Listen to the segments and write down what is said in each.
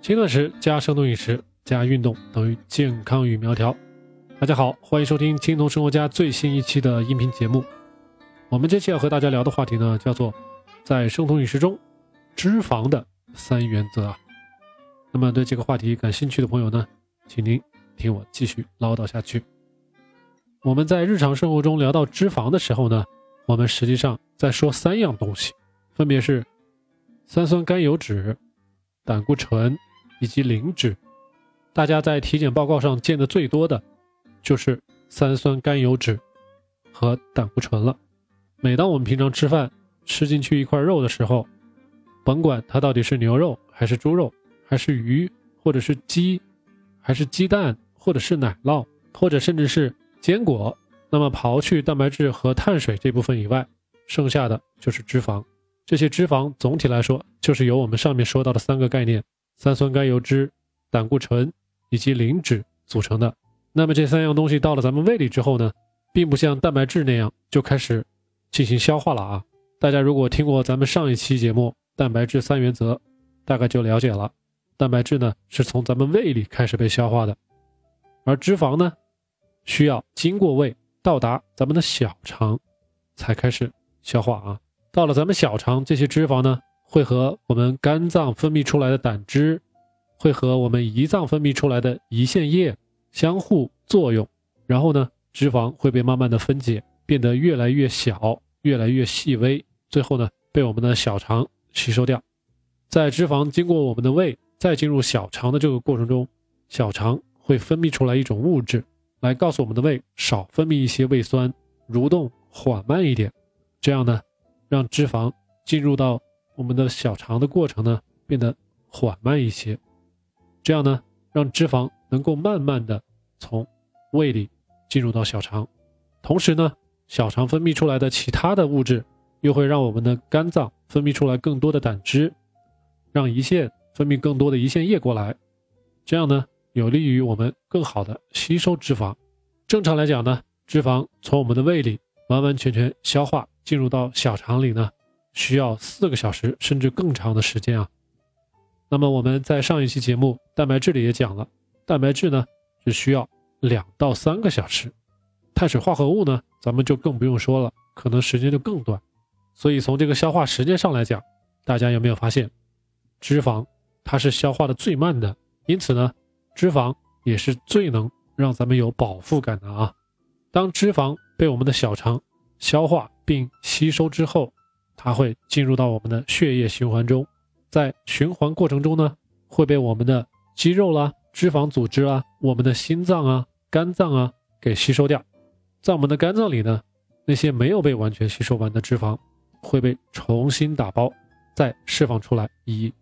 轻断食加生酮饮食加运动等于健康与苗条。大家好，欢迎收听青铜生活家最新一期的音频节目。我们这期要和大家聊的话题呢，叫做在生酮饮食中脂肪的3原则啊。那么对这个话题感兴趣的朋友呢，请您听我继续唠叨下去。我们在日常生活中聊到脂肪的时候呢，我们实际上在说3样东西，分别是三酸甘油酯、胆固醇以及磷脂。大家在体检报告上见的最多的就是三酸甘油酯和胆固醇了。每当我们平常吃饭吃进去一块肉的时候，甭管它到底是牛肉还是猪肉还是鱼或者是鸡还是鸡蛋或者是奶酪或者甚至是坚果，那么刨去蛋白质和碳水这部分以外，剩下的就是脂肪。这些脂肪总体来说就是由我们上面说到的3个概念，三酸甘油酯、胆固醇以及磷脂组成的。那么这3样东西到了咱们胃里之后呢，并不像蛋白质那样就开始进行消化了啊。大家如果听过咱们上一期节目蛋白质3原则，大概就了解了，蛋白质呢是从咱们胃里开始被消化的，而脂肪呢需要经过胃到达咱们的小肠才开始消化啊。到了咱们小肠，这些脂肪呢会和我们肝脏分泌出来的胆汁，会和我们胰脏分泌出来的胰腺液相互作用，然后呢脂肪会被慢慢的分解，变得越来越小，越来越细微，最后呢被我们的小肠吸收掉。在脂肪经过我们的胃再进入小肠的这个过程中，小肠会分泌出来一种物质来告诉我们的胃少分泌一些胃酸，蠕动缓慢一点，这样呢让脂肪进入到我们的小肠的过程呢变得缓慢一些，这样呢让脂肪能够慢慢的从胃里进入到小肠。同时呢小肠分泌出来的其他的物质又会让我们的肝脏分泌出来更多的胆汁，让胰腺分泌更多的胰腺液过来，这样呢有利于我们更好的吸收脂肪。正常来讲呢，脂肪从我们的胃里完完全全消化进入到小肠里呢，需要4个小时甚至更长的时间啊。那么我们在上一期节目蛋白质里也讲了，蛋白质呢只需要2到3个小时，碳水化合物呢咱们就更不用说了，可能时间就更短。所以从这个消化时间上来讲，大家有没有发现脂肪它是消化的最慢的，因此呢脂肪也是最能让咱们有饱腹感的啊。当脂肪被我们的小肠消化并吸收之后，它会进入到我们的血液循环中，在循环过程中呢会被我们的肌肉啦、脂肪组织啦、我们的心脏啊、肝脏啊给吸收掉。在我们的肝脏里呢，那些没有被完全吸收完的脂肪会被重新打包再释放出来，以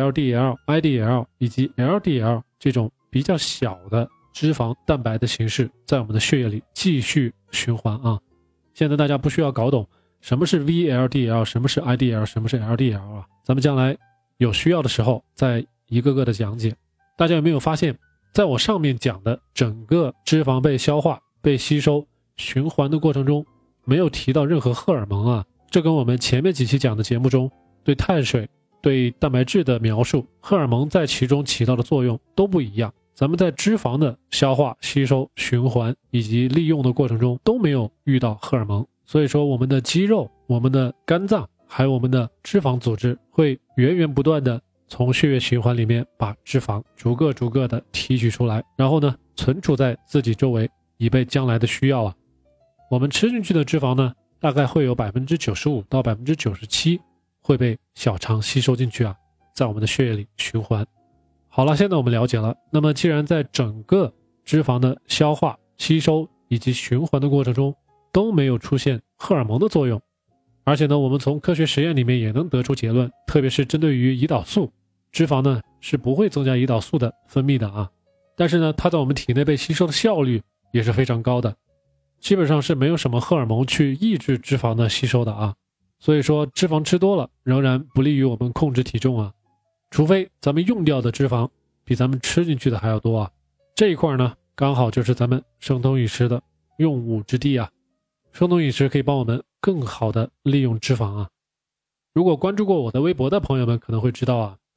VLDL、IDL 以及 LDL 这种比较小的脂肪蛋白的形式在我们的血液里继续循环啊。现在大家不需要搞懂什么是 VLDL 什么是 IDL 什么是 LDL 啊，咱们将来有需要的时候再一个个的讲解。大家有没有发现，在我上面讲的整个脂肪被消化被吸收循环的过程中没有提到任何荷尔蒙啊？这跟我们前面几期讲的节目中对碳水对蛋白质的描述，荷尔蒙在其中起到的作用都不一样。咱们在脂肪的消化吸收循环以及利用的过程中都没有遇到荷尔蒙，所以说我们的肌肉、我们的肝脏还有我们的脂肪组织会源源不断的从血液循环里面把脂肪逐个的提取出来，然后呢存储在自己周围，以备将来的需要啊。我们吃进去的脂肪呢大概会有 95% 到 97% 会被小肠吸收进去啊，在我们的血液里循环。好了，现在我们了解了，那么既然在整个脂肪的消化、吸收以及循环的过程中都没有出现荷尔蒙的作用，而且呢我们从科学实验里面也能得出结论，特别是针对于胰岛素，脂肪呢是不会增加胰岛素的分泌的啊，但是呢它在我们体内被吸收的效率也是非常高的，基本上是没有什么荷尔蒙去抑制脂肪的吸收的啊。所以说脂肪吃多了仍然不利于我们控制体重啊，除非咱们用掉的脂肪比咱们吃进去的还要多啊。这一块呢刚好就是咱们生酮饮食的用武之地啊。生酮饮食可以帮我们更好的利用脂肪啊。如果关注过我的微博的朋友们可能会知道啊，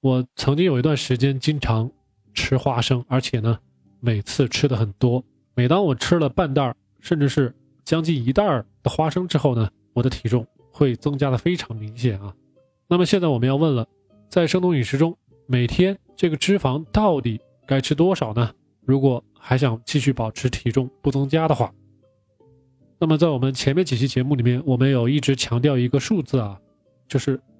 我曾经有一段时间经常吃花生，而且呢每次吃的很多。每当我吃了半袋甚至是将近1袋的花生之后呢，我的体重会增加的非常明显啊。那么现在我们要问了，在生酮饮食中每天这个脂肪到底该吃多少呢？如果还想继续保持体重不增加的话，那么在我们前面几期节目里面，我们有一直强调一个数字啊，就是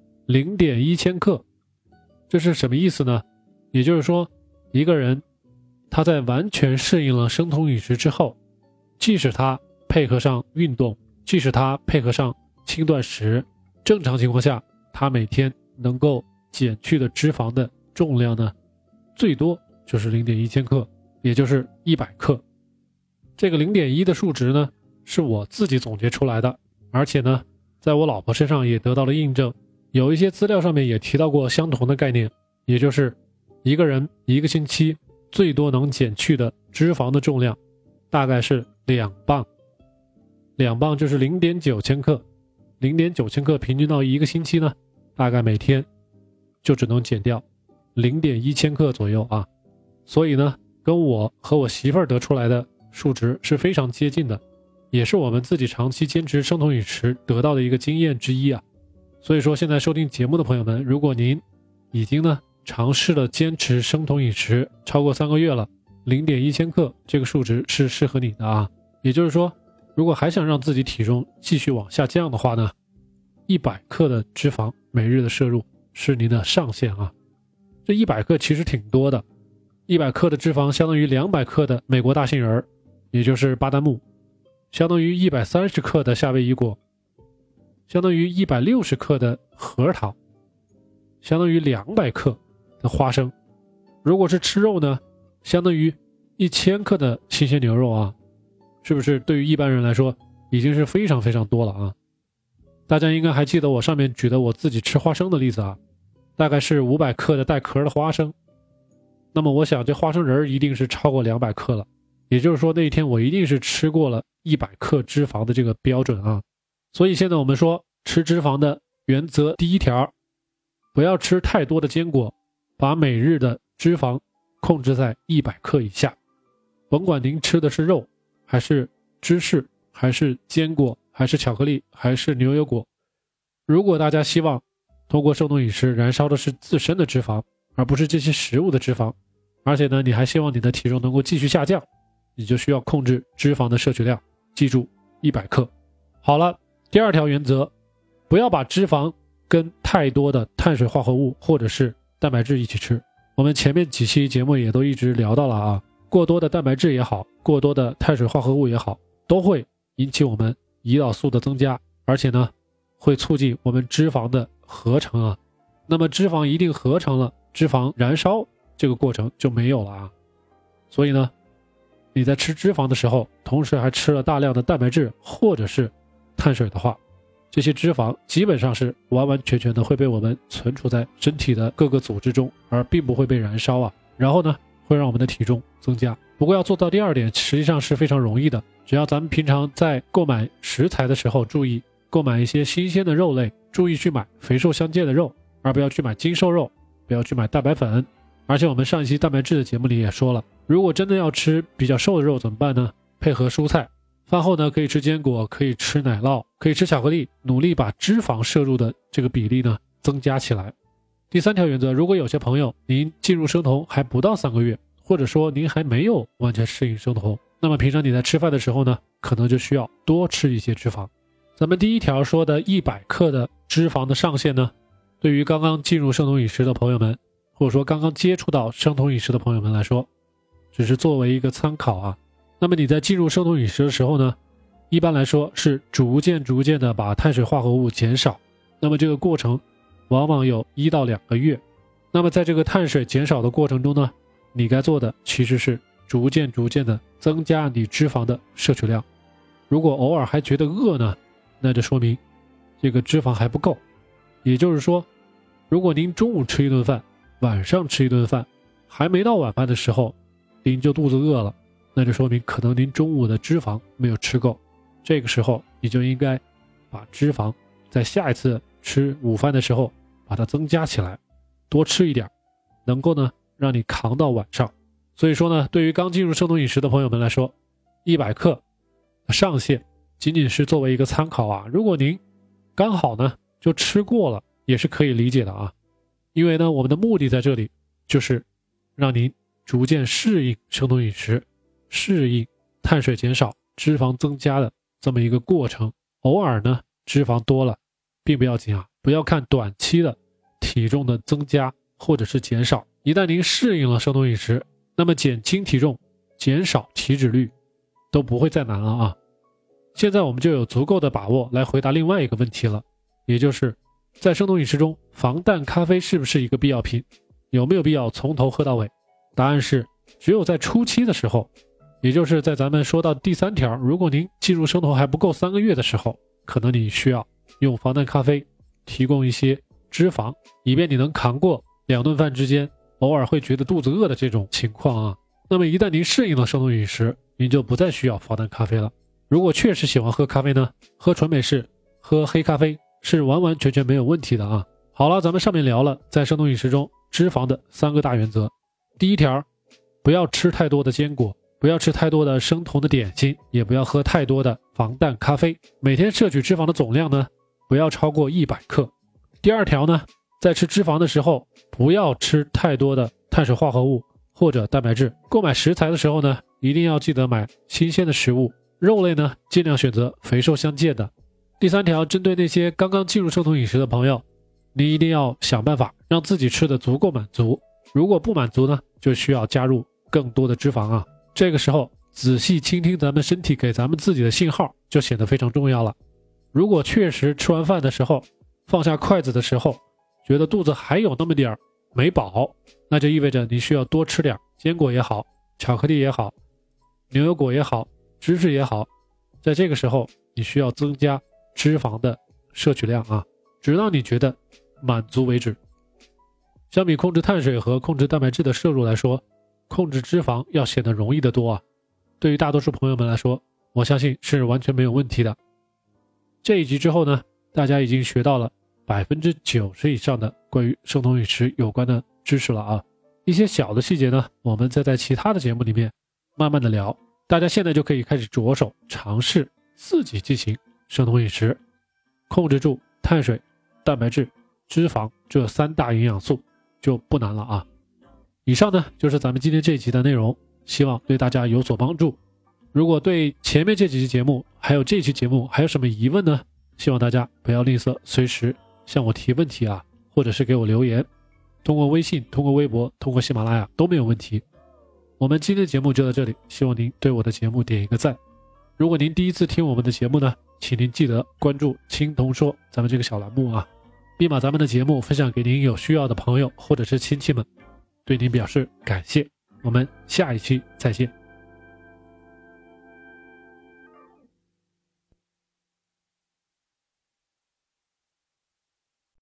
0.1 千克。这是什么意思呢？也就是说，一个人他在完全适应了生酮饮食之后，即使他配合上运动，即使他配合上轻断食，正常情况下他每天能够减去的脂肪的重量呢，最多就是 0.1 千克，也就是100克。这个 0.1 的数值呢是我自己总结出来的，而且呢在我老婆身上也得到了印证。有一些资料上面也提到过相同的概念，也就是一个人一个星期最多能减去的脂肪的重量大概是2磅，2磅就是 0.9 千克，0.9 千克平均到一个星期呢，大概每天就只能减掉 0.1 千克左右啊。所以呢跟我和我媳妇儿得出来的数值是非常接近的，也是我们自己长期坚持生酮饮食得到的一个经验之一啊。所以说现在收听节目的朋友们，如果您已经呢尝试了坚持生酮饮食超过3个月了， 0.1 千克这个数值是适合你的啊。也就是说，如果还想让自己体重继续往下降的话呢，100克的脂肪每日的摄入是您的上限啊。这100克其实挺多的，100克的脂肪相当于200克的美国大杏仁，也就是巴旦木，相当于130克的夏威夷果，相当于160克的核桃，相当于200克的花生。如果是吃肉呢，相当于1000克的新鲜牛肉啊，是不是对于一般人来说已经是非常非常多了啊？大家应该还记得我上面举的我自己吃花生的例子啊，大概是500克的带壳的花生。那么我想这花生仁一定是超过200克了，也就是说那一天我一定是吃过了100克脂肪的这个标准啊。所以现在我们说吃脂肪的原则第一条，不要吃太多的坚果，把每日的脂肪控制在100克以下。甭管您吃的是肉还是芝士还是坚果还是巧克力还是牛油果，如果大家希望通过生酮饮食燃烧的是自身的脂肪，而不是这些食物的脂肪，而且呢你还希望你的体重能够继续下降，你就需要控制脂肪的摄取量，记住100克。好了，第二条原则，不要把脂肪跟太多的碳水化合物或者是蛋白质一起吃。我们前面几期节目也都一直聊到了啊，过多的蛋白质也好，过多的碳水化合物也好，都会引起我们胰岛素的增加，而且呢会促进我们脂肪的合成啊。那么脂肪一定合成了，脂肪燃烧这个过程就没有了啊。所以呢你在吃脂肪的时候，同时还吃了大量的蛋白质或者是碳水的话，这些脂肪基本上是完完全全的会被我们存储在身体的各个组织中，而并不会被燃烧啊。然后呢会让我们的体重增加。不过要做到第二点实际上是非常容易的，只要咱们平常在购买食材的时候注意购买一些新鲜的肉类，注意去买肥瘦相间的肉，而不要去买精瘦肉，不要去买蛋白粉。而且我们上一期蛋白质的节目里也说了，如果真的要吃比较瘦的肉怎么办呢？配合蔬菜，饭后呢可以吃坚果，可以吃奶酪，可以吃巧克力，努力把脂肪摄入的这个比例呢增加起来。第三条原则，如果有些朋友您进入生酮还不到3个月，或者说您还没有完全适应生酮，那么平常你在吃饭的时候呢可能就需要多吃一些脂肪。咱们第一条说的100克的脂肪的上限呢，对于刚刚进入生酮饮食的朋友们，或者说刚刚接触到生酮饮食的朋友们来说，只是作为一个参考啊。那么你在进入生酮饮食的时候呢，一般来说是逐渐的把碳水化合物减少，那么这个过程往往有1到2个月。那么在这个碳水减少的过程中呢，你该做的其实是逐渐的增加你脂肪的摄取量。如果偶尔还觉得饿呢，那就说明这个脂肪还不够。也就是说，如果您中午吃一顿饭，晚上吃一顿饭，还没到晚饭的时候您就肚子饿了，那就说明可能您中午的脂肪没有吃够。这个时候你就应该把脂肪在下一次吃午饭的时候把它增加起来，多吃一点， 能够呢让你扛到晚上。所以说呢，对于刚进入生酮饮食的朋友们来说，100克上限仅仅是作为一个参考啊。如果您刚好呢就吃过了，也是可以理解的啊。因为呢，我们的目的在这里就是让您逐渐适应生酮饮食，适应碳水减少、脂肪增加的这么一个过程。偶尔呢脂肪多了并不要紧啊，不要看短期的体重的增加或者是减少。一旦您适应了生酮饮食，那么减轻体重、减少体脂率都不会再难了啊。现在我们就有足够的把握来回答另外一个问题了，也就是在生酮饮食中，防弹咖啡是不是一个必要品？有没有必要从头喝到尾？答案是，只有在初期的时候，也就是在咱们说到第3条，如果您进入生酮还不够3个月的时候，可能你需要用防弹咖啡提供一些脂肪，以便你能扛过2顿饭之间偶尔会觉得肚子饿的这种情况啊。那么一旦您适应了生酮饮食，您就不再需要防弹咖啡了。如果确实喜欢喝咖啡呢，喝纯美式、喝黑咖啡是完完全全没有问题的啊。好了，咱们上面聊了在生酮饮食中脂肪的3个大原则。第1条，不要吃太多的坚果，不要吃太多的生酮的点心，也不要喝太多的防弹咖啡。每天摄取脂肪的总量呢，不要超过100克。第2条呢，在吃脂肪的时候，不要吃太多的碳水化合物或者蛋白质。购买食材的时候呢，一定要记得买新鲜的食物。肉类呢，尽量选择肥瘦相间的。第3条，针对那些刚刚进入生酮饮食的朋友，你一定要想办法让自己吃的足够满足。如果不满足呢，就需要加入更多的脂肪啊。这个时候仔细倾听咱们身体给咱们自己的信号，就显得非常重要了。如果确实吃完饭的时候，放下筷子的时候，觉得肚子还有那么点没饱，那就意味着你需要多吃点坚果也好，巧克力也好，牛油果也好，芝士也好。在这个时候你需要增加脂肪的摄取量啊，直到你觉得满足为止。相比控制碳水和控制蛋白质的摄入来说，控制脂肪要显得容易得多啊。对于大多数朋友们来说，我相信是完全没有问题的。这一集之后呢，大家已经学到了90%以上的关于生酮饮食有关的知识了啊。一些小的细节呢，我们再在其他的节目里面慢慢的聊。大家现在就可以开始着手尝试自己进行生酮饮食，控制住碳水、蛋白质、脂肪这3大营养素就不难了啊。以上呢就是咱们今天这一集的内容，希望对大家有所帮助。如果对前面这几期节目还有这期节目还有什么疑问呢，希望大家不要吝啬，随时向我提问题啊，或者是给我留言，通过微信、通过微博、通过喜马拉雅都没有问题。我们今天的节目就到这里，希望您对我的节目点一个赞。如果您第一次听我们的节目呢，请您记得关注青铜说咱们这个小栏目啊，并把咱们的节目分享给您有需要的朋友或者是亲戚们，对您表示感谢。我们下一期再见。